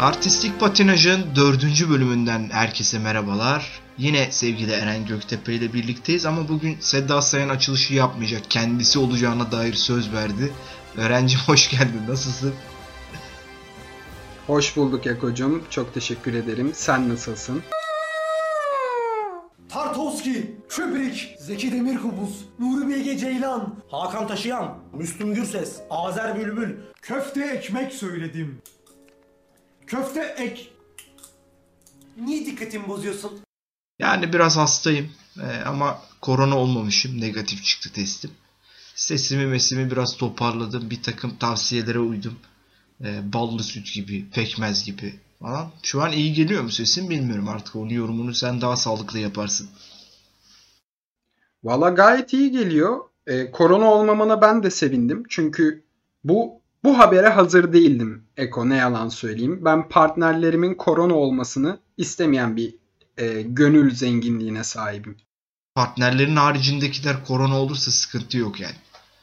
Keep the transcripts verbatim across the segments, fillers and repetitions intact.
Artistik Patinaj'ın dördüncü bölümünden herkese merhabalar. Yine sevgili Eren Göktepe ile birlikteyiz ama bugün Seda Sayan açılışı yapmayacak. Kendisi olacağına dair söz verdi. Öğrencim hoş geldin. Nasılsın? Hoş bulduk Eko'cum. Çok teşekkür ederim. Sen nasılsın? Tartovski, Kubrick, Zeki Demirkubuz, Nuri Bilge Ceylan, Hakan Taşıyan, Müslüm Gürses, Azer Bülbül. Köfte ekmek söyledim. Köfte ek... Niye dikkatimi bozuyorsun? Yani biraz hastayım ee, ama korona olmamışım. Negatif çıktı testim. Sesimi mesimi biraz toparladım. Bir takım tavsiyelere uydum. Ee, ballı süt gibi, pekmez gibi falan. Şu an iyi geliyor mu sesim bilmiyorum artık. Onun yorumunu sen daha sağlıklı yaparsın. Valla gayet iyi geliyor. Ee, korona olmamana ben de sevindim. Çünkü bu bu habere hazır değildim Eko, ne yalan söyleyeyim. Ben partnerlerimin korona olmasını istemeyen bir e, gönül zenginliğine sahibim. Partnerlerin haricindekiler korona olursa sıkıntı yok yani.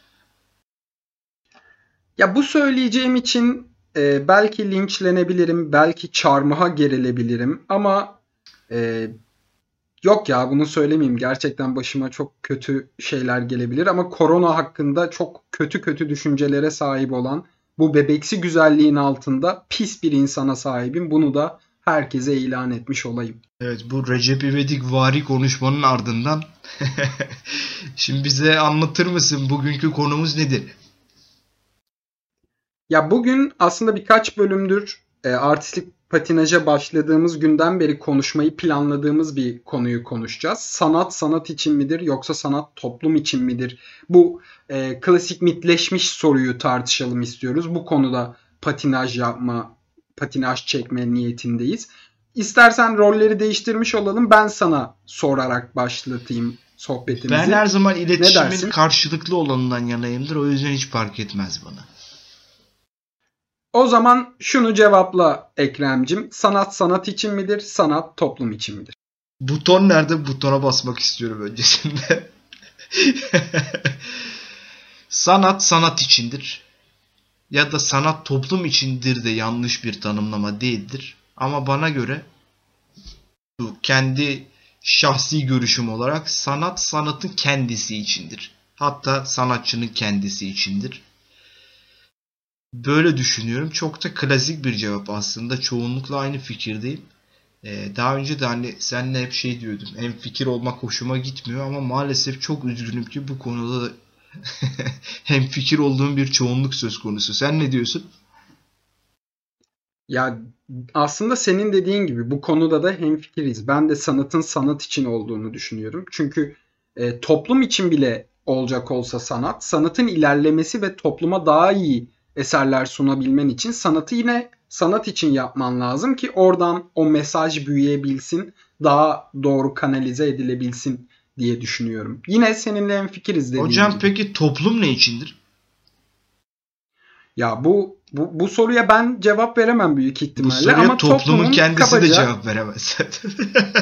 Ya bu söyleyeceğim için e, belki linçlenebilirim, belki çarmıha gerilebilirim ama e, yok ya bunu söylemeyeyim. Gerçekten başıma çok kötü şeyler gelebilir ama korona hakkında çok kötü kötü düşüncelere sahip olan bu bebeksi güzelliğin altında pis bir insana sahibim. Bunu da herkese ilan etmiş olayım. Evet, bu Recep İvedik vari konuşmanın ardından şimdi bize anlatır mısın bugünkü konumuz nedir? Ya bugün aslında birkaç bölümdür e, artistik patinaja başladığımız günden beri konuşmayı planladığımız bir konuyu konuşacağız. Sanat sanat için midir yoksa sanat toplum için midir? Bu e, klasik mitleşmiş soruyu tartışalım istiyoruz. Bu konuda patinaj yapma, patinaj çekme niyetindeyiz. İstersen rolleri değiştirmiş olalım. Ben sana sorarak başlatayım sohbetimizi. Ben her zaman Ne iletişimin dersin? karşılıklı olanından yanayımdır. O yüzden hiç fark etmez bana. O zaman şunu cevapla Ekrem'cim. Sanat sanat için midir? Sanat toplum için midir? Buton nerede? Butona basmak istiyorum öncesinde. Sanat sanat içindir. Ya da sanat toplum içindir de yanlış bir tanımlama değildir. Ama bana göre bu kendi şahsi görüşüm olarak sanat sanatın kendisi içindir. Hatta sanatçının kendisi içindir. Böyle düşünüyorum. Çok da klasik bir cevap aslında. Çoğunlukla aynı fikirdeyim. Ee, daha önce de hani seninle hep şey diyordum. Hemfikir olmak hoşuma gitmiyor ama maalesef çok üzgünüm ki bu konuda da hemfikir olduğum bir çoğunluk söz konusu. Sen ne diyorsun? Ya aslında senin dediğin gibi bu konuda da hemfikiriz. Ben de sanatın sanat için olduğunu düşünüyorum. Çünkü e, toplum için bile olacak olsa sanat, sanatın ilerlemesi ve topluma daha iyi eserler sunabilmen için sanatı yine sanat için yapman lazım ki oradan o mesaj büyüyebilsin, daha doğru kanalize edilebilsin diye düşünüyorum. Yine seninle hemfikiriz dediğim Hocam gibi. peki toplum ne içindir? Ya bu bu, bu soruya ben cevap veremem büyük Bu ihtimalle soruya ama toplumun toplumun kendisi de kabaca cevap veremez zaten.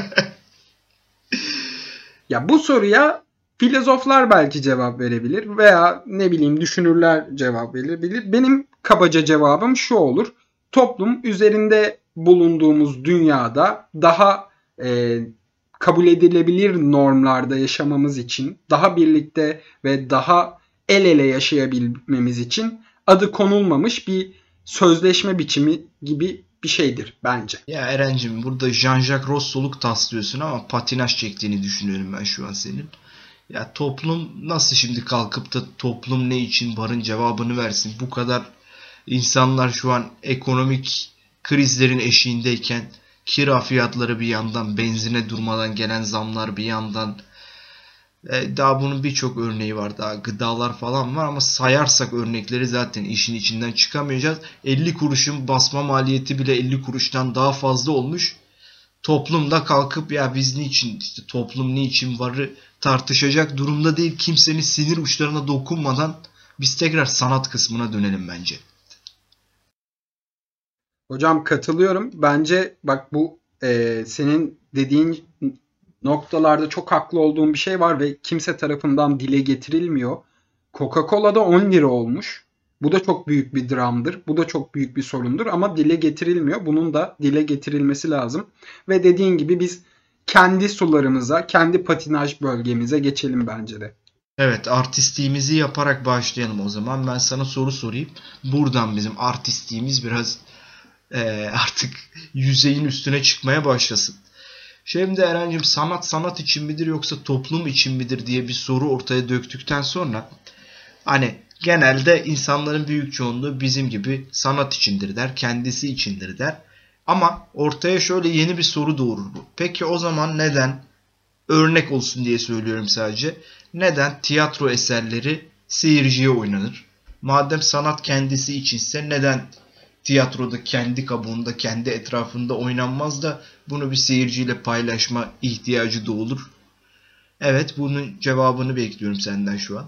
ya bu soruya filozoflar belki cevap verebilir veya ne bileyim düşünürler cevap verebilir. Benim kabaca cevabım şu olur. Toplum üzerinde bulunduğumuz dünyada daha e, kabul edilebilir normlarda yaşamamız için, daha birlikte ve daha el ele yaşayabilmemiz için adı konulmamış bir sözleşme biçimi gibi bir şeydir bence. Ya Erencim, burada Jean-Jacques Rousseau'luk taslıyorsun ama patinaj çektiğini düşünüyorum ben şu an senin. Ya toplum nasıl şimdi kalkıp da toplum ne için varın cevabını versin? Bu kadar insanlar şu an ekonomik krizlerin eşiğindeyken kira fiyatları bir yandan, benzine durmadan gelen zamlar bir yandan, e, daha bunun birçok örneği var, daha gıdalar falan var ama sayarsak örnekleri zaten işin içinden çıkamayacağız. elli kuruşun basma maliyeti bile elli kuruştan daha fazla olmuş. Toplum da kalkıp ya biz niçin, işte toplum niçin varı tartışacak durumda değil. Kimsenin sinir uçlarına dokunmadan biz tekrar sanat kısmına dönelim bence. Hocam katılıyorum. Bence bak bu e, senin dediğin noktalarda çok haklı olduğum bir şey var ve kimse tarafından dile getirilmiyor. Coca-Cola da on lira olmuş. Bu da çok büyük bir dramdır. Bu da çok büyük bir sorundur ama dile getirilmiyor. Bunun da dile getirilmesi lazım. Ve dediğin gibi biz kendi sularımıza, kendi patinaj bölgemize geçelim bence de. Evet, artistliğimizi yaparak başlayalım o zaman. Ben sana soru sorayım. Buradan bizim artistliğimiz biraz e, artık yüzeyin üstüne çıkmaya başlasın. Şimdi Eren'cim, sanat sanat için midir yoksa toplum için midir diye bir soru ortaya döktükten sonra hani genelde insanların büyük çoğunluğu bizim gibi sanat içindir der, kendisi içindir der. Ama ortaya şöyle yeni bir soru doğurur bu. Peki o zaman neden, örnek olsun diye söylüyorum sadece, neden tiyatro eserleri seyirciye oynanır? Madem sanat kendisi içinse neden tiyatroda kendi kabuğunda, kendi etrafında oynanmaz da bunu bir seyirciyle paylaşma ihtiyacı doğulur? Evet, bunun cevabını bekliyorum senden şu an.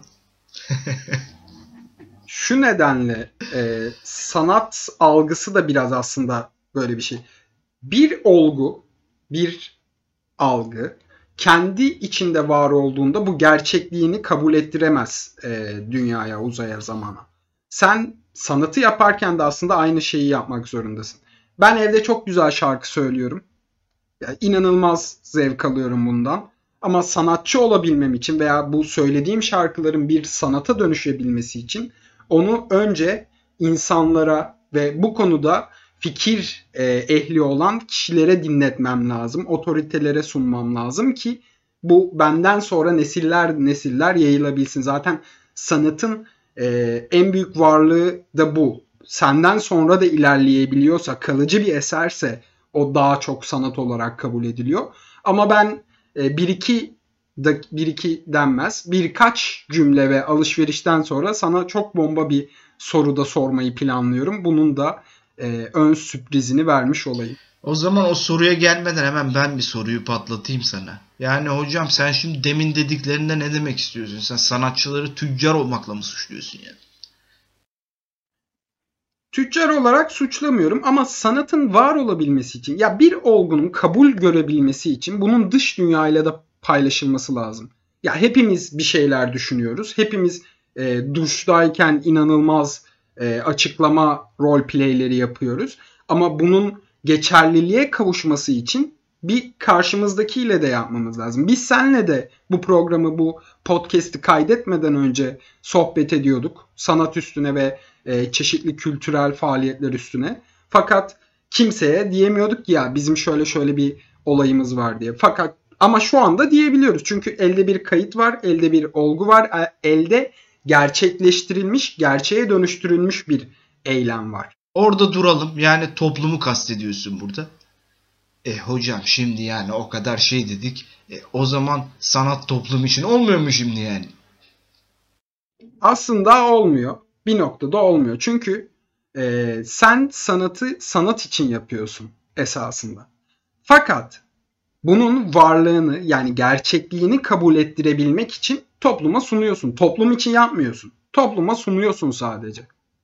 Şu nedenle e, sanat algısı da biraz aslında böyle bir şey. Bir olgu, bir algı kendi içinde var olduğunda bu gerçekliğini kabul ettiremez e, dünyaya, uzaya, zamana. Sen sanatı yaparken de aslında aynı şeyi yapmak zorundasın. Ben evde çok güzel şarkı söylüyorum. Ya, inanılmaz zevk alıyorum bundan. Ama sanatçı olabilmem için veya bu söylediğim şarkıların bir sanata dönüşebilmesi için onu önce insanlara ve bu konuda fikir e, ehli olan kişilere dinletmem lazım. Otoritelere sunmam lazım ki bu benden sonra nesiller nesiller yayılabilsin. Zaten sanatın e, en büyük varlığı da bu. Senden sonra da ilerleyebiliyorsa, kalıcı bir eserse o daha çok sanat olarak kabul ediliyor. Ama ben e, bir iki bir iki denmez. Birkaç cümle ve alışverişten sonra sana çok bomba bir soru da sormayı planlıyorum. Bunun da e, ön sürprizini vermiş olayım. O zaman o soruya gelmeden hemen ben bir soruyu patlatayım sana. Yani hocam, sen şimdi demin dediklerinde ne demek istiyorsun? Sen sanatçıları tüccar olmakla mı suçluyorsun yani? Tüccar olarak suçlamıyorum ama sanatın var olabilmesi için, ya bir olgunun kabul görebilmesi için bunun dış dünyayla da paylaşılması lazım. Ya hepimiz bir şeyler düşünüyoruz. Hepimiz e, duştayken inanılmaz e, açıklama role play'leri yapıyoruz. Ama bunun geçerliliğe kavuşması için bir karşımızdakiyle de yapmamız lazım. Biz seninle de bu programı, bu podcast'i kaydetmeden önce sohbet ediyorduk. Sanat üstüne ve e, çeşitli kültürel faaliyetler üstüne. Fakat kimseye diyemiyorduk ki ya bizim şöyle şöyle bir olayımız var diye. Fakat ama şu anda diyebiliyoruz. Çünkü elde bir kayıt var, elde bir olgu var, elde gerçekleştirilmiş, gerçeğe dönüştürülmüş bir eylem var. Orada duralım. Yani toplumu kastediyorsun burada. E hocam, şimdi yani o kadar şey dedik. E, o zaman sanat toplum için olmuyor mu şimdi yani? Aslında olmuyor. Bir noktada olmuyor. Çünkü e, sen sanatı sanat için yapıyorsun esasında. Fakat bunun varlığını, yani gerçekliğini kabul ettirebilmek için topluma sunuyorsun. Toplum için yapmıyorsun. Topluma sunuyorsun sadece.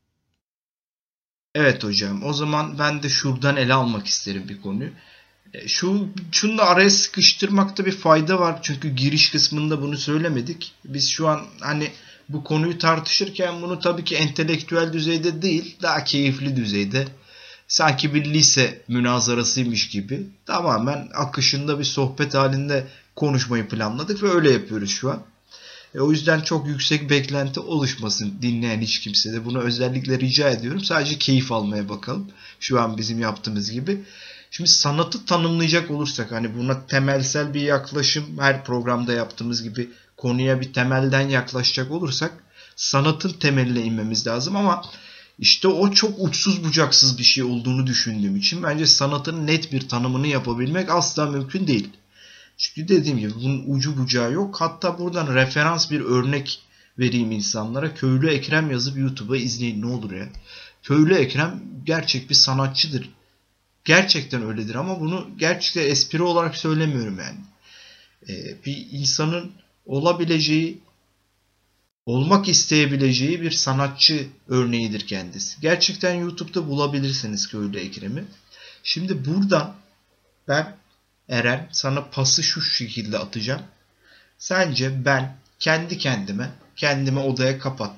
Evet hocam. O zaman ben de şuradan ele almak isterim bir konuyu. E, Şu, şunu da araya sıkıştırmakta bir fayda var. Çünkü giriş kısmında bunu söylemedik. Biz şu an hani bu konuyu tartışırken bunu tabii ki entelektüel düzeyde değil, daha keyifli düzeyde, sanki bir lise münazarasıymış gibi tamamen akışında bir sohbet halinde konuşmayı planladık ve öyle yapıyoruz şu an. E, o yüzden çok yüksek beklenti oluşmasın dinleyen hiç kimse de. Bunu özellikle rica ediyorum. Sadece keyif almaya bakalım. Şu an bizim yaptığımız gibi. Şimdi sanatı tanımlayacak olursak, hani buna temelsel bir yaklaşım, her programda yaptığımız gibi konuya bir temelden yaklaşacak olursak sanatın temeline inmemiz lazım ama işte o çok uçsuz bucaksız bir şey olduğunu düşündüğüm için bence sanatın net bir tanımını yapabilmek asla mümkün değil. Çünkü dediğim gibi bunun ucu bucağı yok. Hatta buradan referans bir örnek vereyim insanlara. Köylü Ekrem yazıp YouTube'a izleyin ne olur ya. Köylü Ekrem gerçek bir sanatçıdır. Gerçekten öyledir ama bunu gerçekten espri olarak söylemiyorum yani. Ee, bir insanın olabileceği, olmak isteyebileceği bir sanatçı örneğidir kendisi. Gerçekten YouTube'da bulabilirsiniz Köylü Ekrem'i. Şimdi buradan ben Eren sana pası şu şekilde atacağım. Sence ben kendi kendime, kendimi odaya kapattım.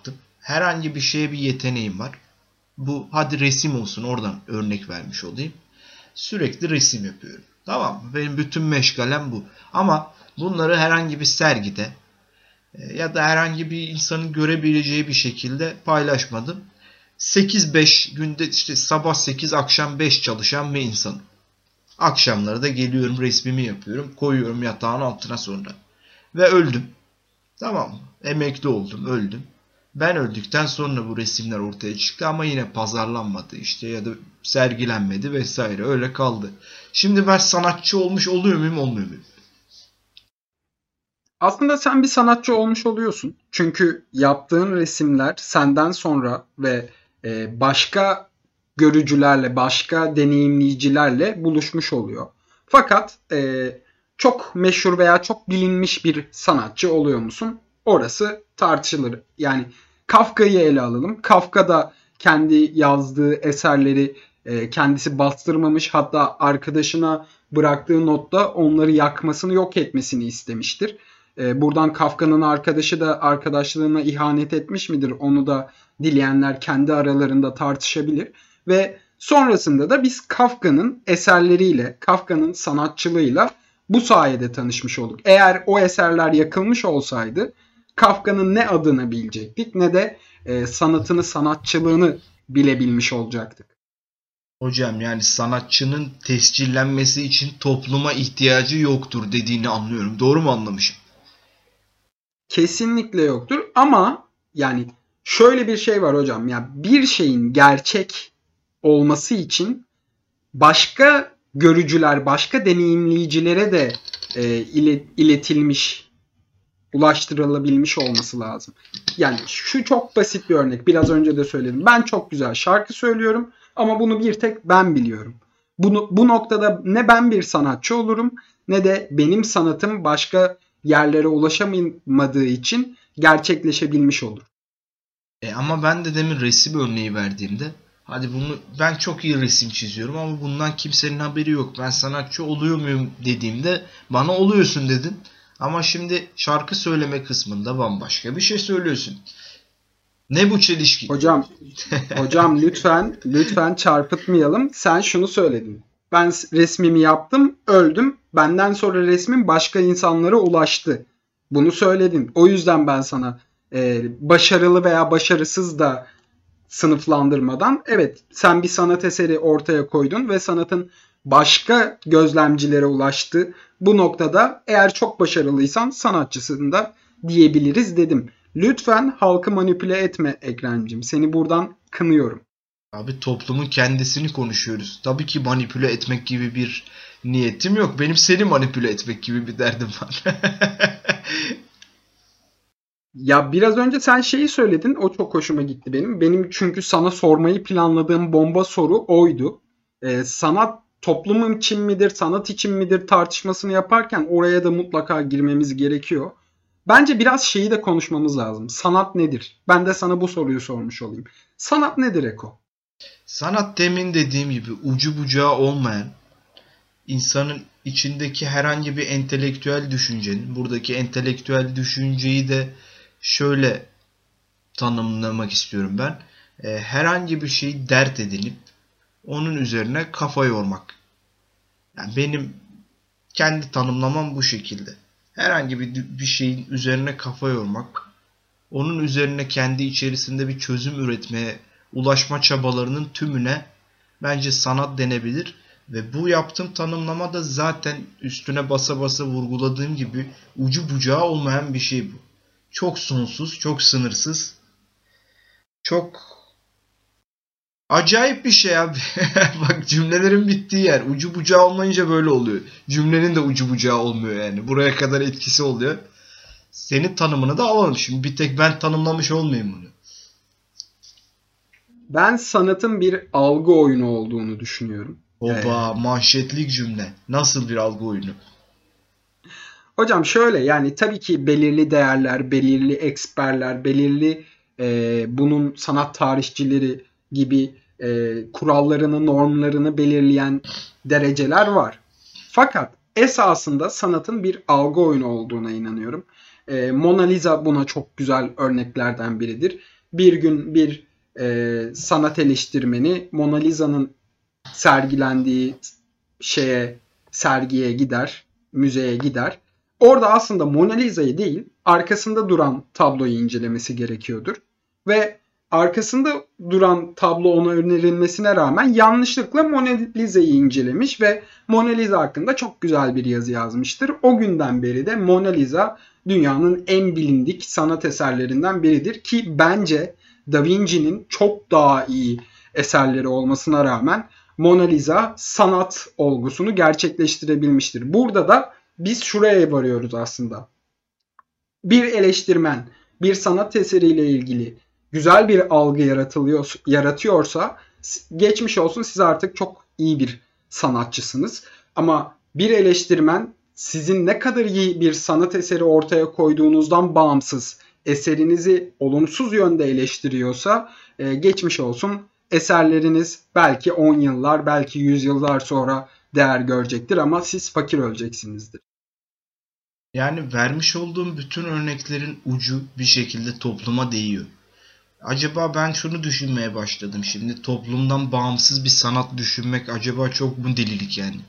herhangi bir şeye bir yeteneğim var. Bu hadi resim olsun, oradan örnek vermiş olayım. Sürekli resim yapıyorum. Tamam mı? Benim bütün meşgalem bu. Ama bunları herhangi bir sergide ya da herhangi bir insanın görebileceği bir şekilde paylaşmadım. sekiz beş günde işte sabah sekiz akşam beş çalışan bir insanım. Akşamları da geliyorum, resmimi yapıyorum, koyuyorum yatağın altına sonra. Ve öldüm. Tamam mı? Emekli oldum, öldüm. Ben öldükten sonra bu resimler ortaya çıktı ama yine pazarlanmadı işte ya da sergilenmedi vesaire, öyle kaldı. Şimdi ben sanatçı olmuş oluyor muyum, olmuyor muyum? Aslında sen bir sanatçı olmuş oluyorsun. Çünkü yaptığın resimler senden sonra ve e, başka görücülerle, başka deneyimleyicilerle buluşmuş oluyor. Fakat e, çok meşhur veya çok bilinmiş bir sanatçı oluyor musun? Orası tartışılır. Yani Kafka'yı ele alalım. Kafka da kendi yazdığı eserleri e, kendisi bastırmamış. Hatta arkadaşına bıraktığı notta onları yakmasını, yok etmesini istemiştir. E, buradan Kafka'nın arkadaşı da arkadaşlığına ihanet etmiş midir? Onu da dileyenler kendi aralarında tartışabilir. Ve sonrasında da biz Kafka'nın eserleriyle, Kafka'nın sanatçılığıyla bu sayede tanışmış olduk. Eğer o eserler yakılmış olsaydı Kafka'nın ne adını bilecektik ne de e, sanatını, sanatçılığını bilebilmiş olacaktık. Hocam yani sanatçının tescillenmesi için topluma ihtiyacı yoktur dediğini anlıyorum. Doğru mu anlamışım? Kesinlikle yoktur ama yani şöyle bir şey var hocam. Ya bir şeyin gerçek olması için başka görücüler, başka deneyimleyicilere de e, iletilmiş, ulaştırılabilmiş olması lazım. Yani şu çok basit bir örnek. Biraz önce de söyledim. Ben çok güzel şarkı söylüyorum ama bunu bir tek ben biliyorum. Bunu, bu noktada ne ben bir sanatçı olurum ne de benim sanatım başka yerlere ulaşamadığı için gerçekleşebilmiş olur. E ama ben de demin resim örneği verdiğimde hadi bunu ben çok iyi resim çiziyorum ama bundan kimsenin haberi yok. Ben sanatçı oluyor muyum dediğimde bana oluyorsun dedin. Ama şimdi şarkı söyleme kısmında bambaşka bir şey söylüyorsun. Ne bu çelişki? Hocam, hocam lütfen lütfen çarpıtmayalım. Sen şunu söyledin. Ben resmimi yaptım, öldüm. Benden sonra resmim başka insanlara ulaştı. Bunu söyledin. O yüzden ben sana e, başarılı veya başarısız da sınıflandırmadan evet sen bir sanat eseri ortaya koydun ve sanatın başka gözlemcilere ulaştı. Bu noktada eğer çok başarılıysan sanatçısın da diyebiliriz dedim. Lütfen halkı manipüle etme Ekrem'cim. Seni buradan kınıyorum. Abi toplumun kendisini konuşuyoruz. Tabii ki manipüle etmek gibi bir niyetim yok. Benim seni manipüle etmek gibi bir derdim var. Ya biraz önce sen şeyi söyledin. O çok hoşuma gitti benim. Benim çünkü sana sormayı planladığım bomba soru oydu. Ee, sanat toplum için midir, sanat için midir tartışmasını yaparken oraya da mutlaka girmemiz gerekiyor. Bence biraz şeyi de konuşmamız lazım. Sanat nedir? Ben de sana bu soruyu sormuş olayım. Sanat nedir Eko? Sanat demin dediğim gibi ucu bucağı olmayan, insanın içindeki herhangi bir entelektüel düşüncenin, buradaki entelektüel düşünceyi de şöyle tanımlamak istiyorum ben. E, herhangi bir şeyi dert edinip onun üzerine kafa yormak. Yani benim kendi tanımlamam bu şekilde. Herhangi bir, bir şeyin üzerine kafa yormak, onun üzerine kendi içerisinde bir çözüm üretmeye ulaşma çabalarının tümüne bence sanat denebilir. Ve bu yaptığım tanımlama da zaten üstüne basa basa vurguladığım gibi ucu bucağı olmayan bir şey bu. Çok sonsuz, çok sınırsız, çok acayip bir şey abi. Bak cümlelerin bittiği yer. Ucu bucağı olmayınca böyle oluyor. Cümlenin de ucu bucağı olmuyor yani. Buraya kadar etkisi oluyor. Senin tanımını da alalım. Şimdi bir tek ben tanımlamış olmayayım bunu. Ben sanatın bir algı oyunu olduğunu düşünüyorum. Oba ee, manşetlik cümle. Nasıl bir algı oyunu? Hocam şöyle yani tabii ki belirli değerler, belirli eksperler, belirli e, bunun sanat tarihçileri gibi e, kurallarını, normlarını belirleyen dereceler var. Fakat esasında sanatın bir algı oyunu olduğuna inanıyorum. E, Mona Lisa buna çok güzel örneklerden biridir. Bir gün bir e, sanat eleştirmeni Mona Lisa'nın sergilendiği şeye, sergiye gider, müzeye gider. Orada aslında Mona Lisa'yı değil, arkasında duran tabloyu incelemesi gerekiyordur. Ve arkasında duran tablo ona önerilmesine rağmen yanlışlıkla Mona Lisa'yı incelemiş ve Mona Lisa hakkında çok güzel bir yazı yazmıştır. O günden beri de Mona Lisa dünyanın en bilindik sanat eserlerinden biridir ki bence Da Vinci'nin çok daha iyi eserleri olmasına rağmen Mona Lisa sanat olgusunu gerçekleştirebilmiştir. Burada da biz şuraya varıyoruz aslında. Bir eleştirmen bir sanat eseriyle ilgili güzel bir algı yaratılıyor, yaratıyorsa geçmiş olsun, siz artık çok iyi bir sanatçısınız. Ama bir eleştirmen sizin ne kadar iyi bir sanat eseri ortaya koyduğunuzdan bağımsız eserinizi olumsuz yönde eleştiriyorsa e, geçmiş olsun, eserleriniz belki on yıllar, belki yüz yıllar sonra değer görecektir ama siz fakir öleceksinizdir. Yani vermiş olduğum bütün örneklerin ucu bir şekilde topluma değiyor. Acaba ben şunu düşünmeye başladım şimdi. Toplumdan bağımsız bir sanat düşünmek acaba çok mu delilik yani?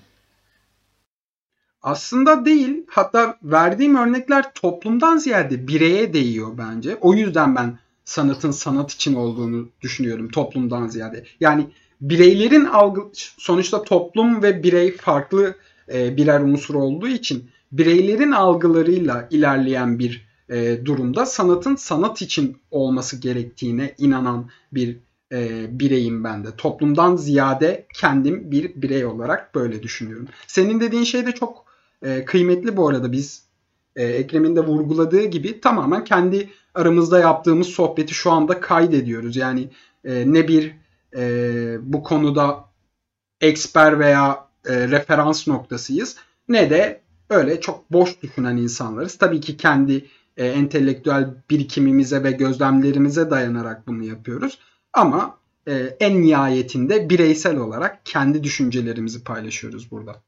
Aslında değil. Hatta verdiğim örnekler toplumdan ziyade bireye değiyor bence. O yüzden ben sanatın sanat için olduğunu düşünüyorum toplumdan ziyade. Yani bireylerin algı, sonuçta toplum ve birey farklı e, birer unsur olduğu için bireylerin algılarıyla ilerleyen bir e, durumda sanatın sanat için olması gerektiğine inanan bir e, bireyim ben de. Toplumdan ziyade kendim bir birey olarak böyle düşünüyorum. Senin dediğin şey de çok e, kıymetli bu arada. Biz e, Ekrem'in de vurguladığı gibi tamamen kendi aramızda yaptığımız sohbeti şu anda kaydediyoruz. Yani e, ne bir e, bu konuda eksper veya e, referans noktasıyız, ne de öyle çok boş düşünen insanlarız. Tabii ki kendi e, entelektüel birikimimize ve gözlemlerimize dayanarak bunu yapıyoruz. Ama e, en nihayetinde bireysel olarak kendi düşüncelerimizi paylaşıyoruz burada.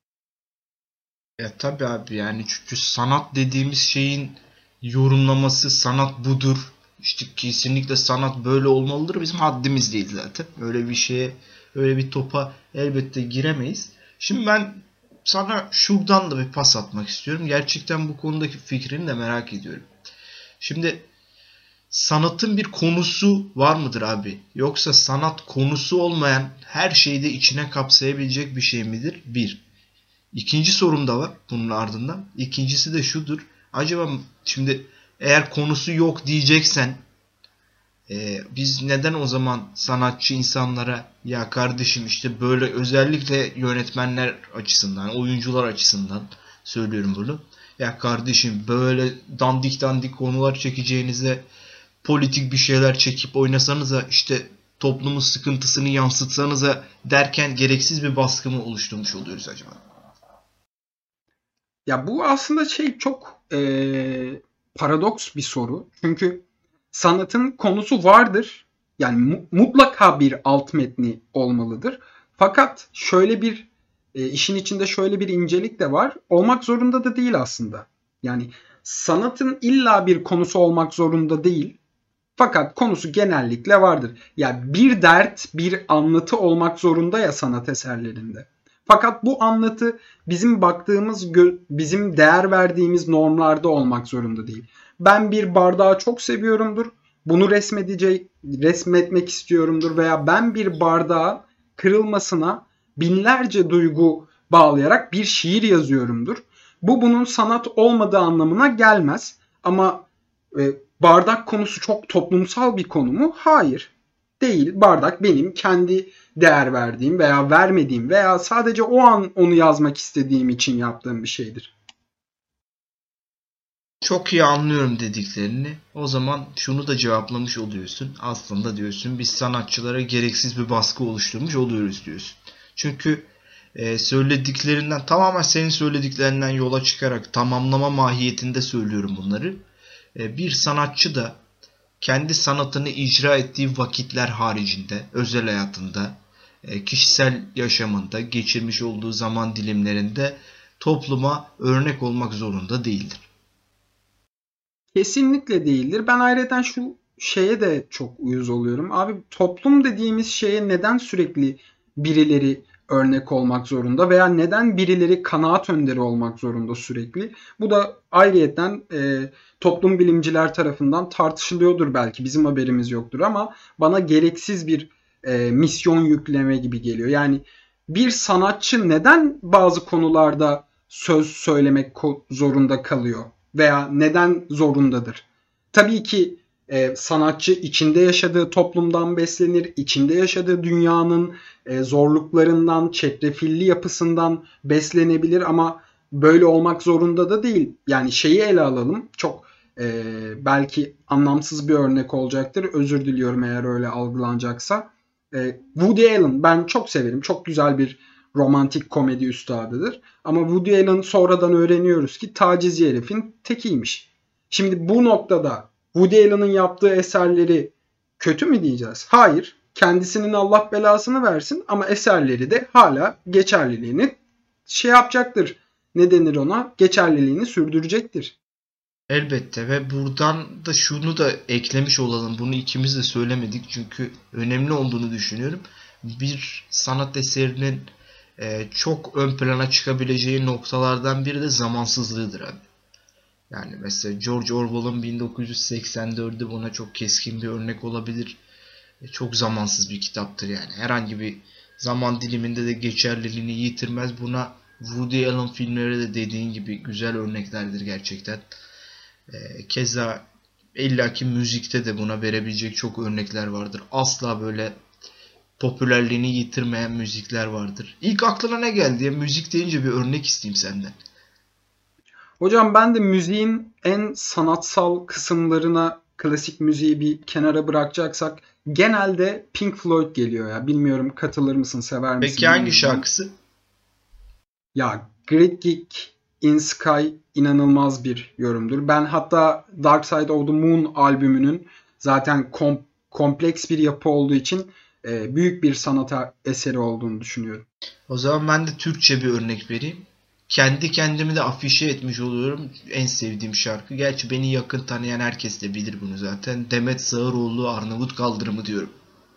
Ya tabii abi, yani çünkü sanat dediğimiz şeyin yorumlaması sanat budur, İşte kesinlikle sanat böyle olmalıdır bizim haddimiz değil zaten. Öyle bir şeye, öyle bir topa elbette giremeyiz. Şimdi ben sana şuradan da bir pas atmak istiyorum. Gerçekten bu konudaki fikrini de merak ediyorum. Şimdi sanatın bir konusu var mıdır abi? Yoksa sanat konusu olmayan her şeyi de içine kapsayabilecek bir şey midir? Bir. İkinci sorum da var bunun ardından. İkincisi de şudur. Acaba şimdi eğer konusu yok diyeceksen e, biz neden o zaman sanatçı insanlara ya kardeşim işte böyle, özellikle yönetmenler açısından, oyuncular açısından söylüyorum bunu. Ya kardeşim böyle dandik dandik konular çekeceğinize politik bir şeyler çekip oynasanıza, işte toplumun sıkıntısını yansıtsanıza derken gereksiz bir baskı mı oluşturmuş oluyoruz acaba? Ya bu aslında şey çok e, paradoks bir soru. Çünkü sanatın konusu vardır. Yani mu- mutlaka bir alt metni olmalıdır. Fakat şöyle bir e, işin içinde şöyle bir incelik de var. Olmak zorunda da değil aslında. Yani sanatın illa bir konusu olmak zorunda değil. Fakat konusu genellikle vardır. Yani bir dert, bir anlatı olmak zorunda ya sanat eserlerinde. Fakat bu anlatı bizim baktığımız, bizim değer verdiğimiz normlarda olmak zorunda değil. Ben bir bardağı çok seviyorumdur. Bunu resmedecek, resmetmek istiyorumdur veya ben bir bardağın kırılmasına binlerce duygu bağlayarak bir şiir yazıyorumdur. Bu bunun sanat olmadığı anlamına gelmez. Ama e, bardak konusu çok toplumsal bir konu mu? Hayır. Değil. Bardak benim kendi değer verdiğim veya vermediğim veya sadece o an onu yazmak istediğim için yaptığım bir şeydir. Çok iyi anlıyorum dediklerini. O zaman şunu da cevaplamış oluyorsun. Aslında diyorsun biz sanatçılara gereksiz bir baskı oluşturmuş oluyoruz diyorsun. Çünkü e, söylediklerinden, tamamen senin söylediklerinden yola çıkarak tamamlama mahiyetinde söylüyorum bunları. E, bir sanatçı da kendi sanatını icra ettiği vakitler haricinde, özel hayatında, e, kişisel yaşamında, geçirmiş olduğu zaman dilimlerinde topluma örnek olmak zorunda değildir. Kesinlikle değildir. Ben ayrıca şu şeye de çok uyuz oluyorum. Abi toplum dediğimiz şeye neden sürekli birileri örnek olmak zorunda veya neden birileri kanaat önderi olmak zorunda sürekli? Bu da ayrıyeten e, toplum bilimciler tarafından tartışılıyordur belki. Bizim haberimiz yoktur ama bana gereksiz bir e, misyon yükleme gibi geliyor. Yani bir sanatçı neden bazı konularda söz söylemek zorunda kalıyor veya neden zorundadır? Tabii ki e, sanatçı içinde yaşadığı toplumdan beslenir, içinde yaşadığı dünyanın e, zorluklarından, çetrefilli yapısından beslenebilir ama böyle olmak zorunda da değil. Yani şeyi ele alalım, çok e, belki anlamsız bir örnek olacaktır. Özür diliyorum eğer öyle algılanacaksa. E, Woody Allen ben çok severim, çok güzel bir romantik komedi üstadıdır. Ama Woody Allen sonradan öğreniyoruz ki tacizci herifin tekiymiş. Şimdi bu noktada Woody Allen'ın yaptığı eserleri kötü mü diyeceğiz? Hayır. Kendisinin Allah belasını versin ama eserleri de hala geçerliliğini şey yapacaktır. Ne denir ona? Geçerliliğini sürdürecektir. Elbette ve buradan da şunu da eklemiş olalım. Bunu ikimiz de söylemedik çünkü önemli olduğunu düşünüyorum. Bir sanat eserinin e, çok ön plana çıkabileceği noktalardan biri de zamansızlığıdır abi. Yani mesela George Orwell'ın bin dokuz yüz seksen dördü buna çok keskin bir örnek olabilir. E, çok zamansız bir kitaptır yani. Herhangi bir zaman diliminde de geçerliliğini yitirmez. Buna Woody Allen filmleri de dediğin gibi güzel örneklerdir gerçekten. E, keza illaki müzikte de buna verebilecek çok örnekler vardır. Asla böyle popülerliğini yitirmeyen müzikler vardır. İlk aklına ne geldi ya? Müzik deyince bir örnek isteyeyim senden. Hocam ben de müziğin en sanatsal kısımlarına klasik müziği bir kenara bırakacaksak genelde Pink Floyd geliyor ya. Bilmiyorum katılır mısın, sever misin? Peki hangi şarkısı? Ya Great Gig in Sky inanılmaz bir yorumdur. Ben hatta Dark Side of the Moon albümünün zaten kom- kompleks bir yapı olduğu için e, büyük bir sanat eseri olduğunu düşünüyorum. O zaman ben de Türkçe bir örnek vereyim. Kendi kendimi de afişe etmiş oluyorum. En sevdiğim şarkı. Gerçi beni yakın tanıyan herkes de bilir bunu zaten. Demet Sağıroğlu Arnavut Kaldırımı diyorum.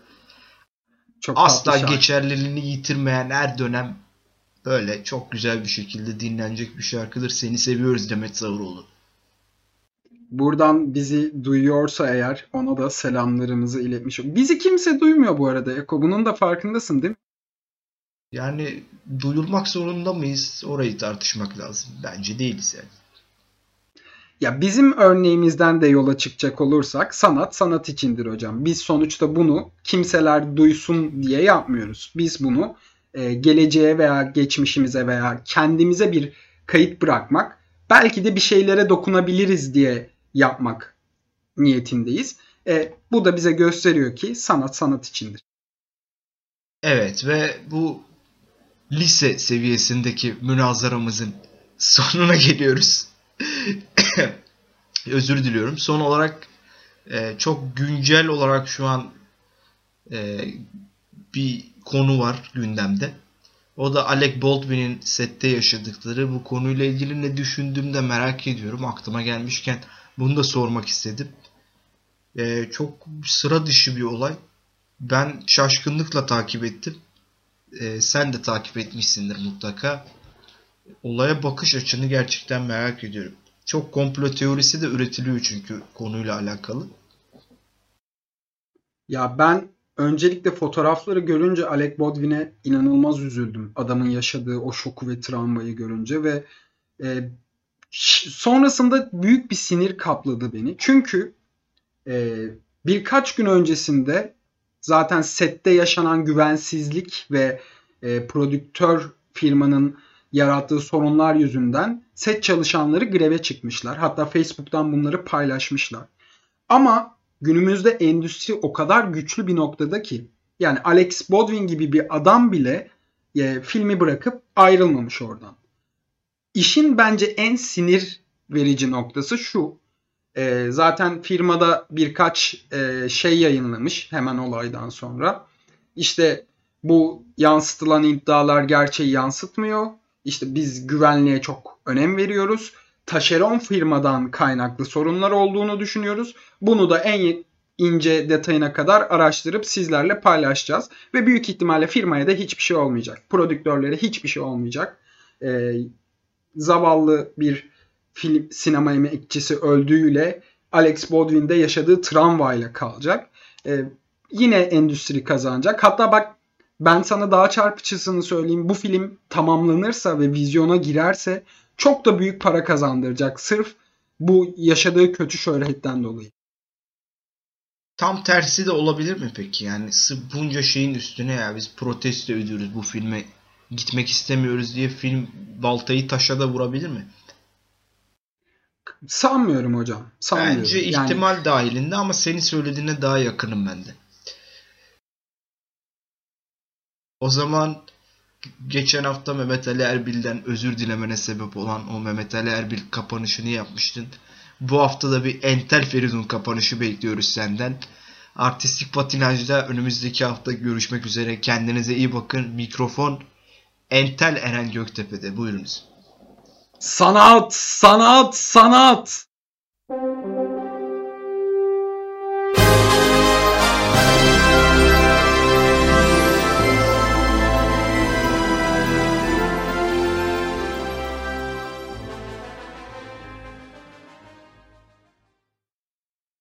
Çok asla geçerliliğini yitirmeyen, her dönem böyle çok güzel bir şekilde dinlenecek bir şarkıdır. Seni seviyoruz Demet Sağıroğlu. Buradan bizi duyuyorsa eğer ona da selamlarımızı iletmiş. Bizi kimse duymuyor bu arada Eko. Bunun da farkındasın değil mi? Yani duyulmak zorunda mıyız? Orayı tartışmak lazım. Bence değiliz yani. Ya bizim örneğimizden de yola çıkacak olursak sanat sanat içindir hocam. Biz sonuçta bunu kimseler duysun diye yapmıyoruz. Biz bunu e, geleceğe veya geçmişimize veya kendimize bir kayıt bırakmak, belki de bir şeylere dokunabiliriz diye yapmak niyetindeyiz. E, bu da bize gösteriyor ki sanat sanat içindir. Evet ve bu lise seviyesindeki münazaramızın sonuna geliyoruz. Özür diliyorum. Son olarak e, çok güncel olarak şu an e, bir konu var gündemde. O da Alec Baldwin'in sette yaşadıkları. Bu konuyla ilgili ne düşündüğümü de merak ediyorum. Aklıma gelmişken bunu da sormak istedim. E, çok sıra dışı bir olay. Ben şaşkınlıkla takip ettim. E, sen de takip etmişsindir mutlaka. Olaya bakış açını gerçekten merak ediyorum. Çok komplo teorisi de üretiliyor çünkü konuyla alakalı. Ya ben öncelikle fotoğrafları görünce Alec Baldwin'e inanılmaz üzüldüm. Adamın yaşadığı o şoku ve travmayı görünce ve e, sonrasında büyük bir sinir kapladı beni. Çünkü e, birkaç gün öncesinde zaten sette yaşanan güvensizlik ve e, prodüktör firmanın yarattığı sorunlar yüzünden set çalışanları greve çıkmışlar. Hatta Facebook'tan bunları paylaşmışlar. Ama günümüzde endüstri o kadar güçlü bir noktada ki yani Alex Baldwin gibi bir adam bile e, filmi bırakıp ayrılmamış oradan. İşin bence en sinir verici noktası şu. E, zaten firmada birkaç e, şey yayınlamış hemen olaydan sonra. İşte bu yansıtılan iddialar gerçeği yansıtmıyor. İşte biz güvenliğe çok önem veriyoruz. Taşeron firmadan kaynaklı sorunlar olduğunu düşünüyoruz. Bunu da en ince detayına kadar araştırıp sizlerle paylaşacağız. Ve büyük ihtimalle firmaya da hiçbir şey olmayacak. Prodüktörlere hiçbir şey olmayacak. Ee, zavallı bir film sinema emekçisi öldüğüyle Alex Baldwin'de yaşadığı travmayla kalacak. Ee, yine endüstri kazanacak. Hatta bak, ben sana daha çarpıcısını söyleyeyim. Bu film tamamlanırsa ve vizyona girerse çok da büyük para kazandıracak. Sırf bu yaşadığı kötü şöhretten dolayı. Tam tersi de olabilir mi peki? Yani sırf bunca şeyin üstüne ya biz protesto ediyoruz, bu filme gitmek istemiyoruz diye film baltayı taşa da vurabilir mi? Sanmıyorum hocam. Sanmıyorum. Bence yani... ihtimal dahilinde ama senin söylediğine daha yakınım ben de. O zaman geçen hafta Mehmet Ali Erbil'den özür dilemene sebep olan o Mehmet Ali Erbil kapanışını yapmıştın. Bu hafta da bir Entel Feridun kapanışı bekliyoruz senden. Artistik Patinaj'da önümüzdeki hafta görüşmek üzere. Kendinize iyi bakın. Mikrofon Entel Eren Göktepe'de. Buyurunuz. Sanat, sanat, sanat.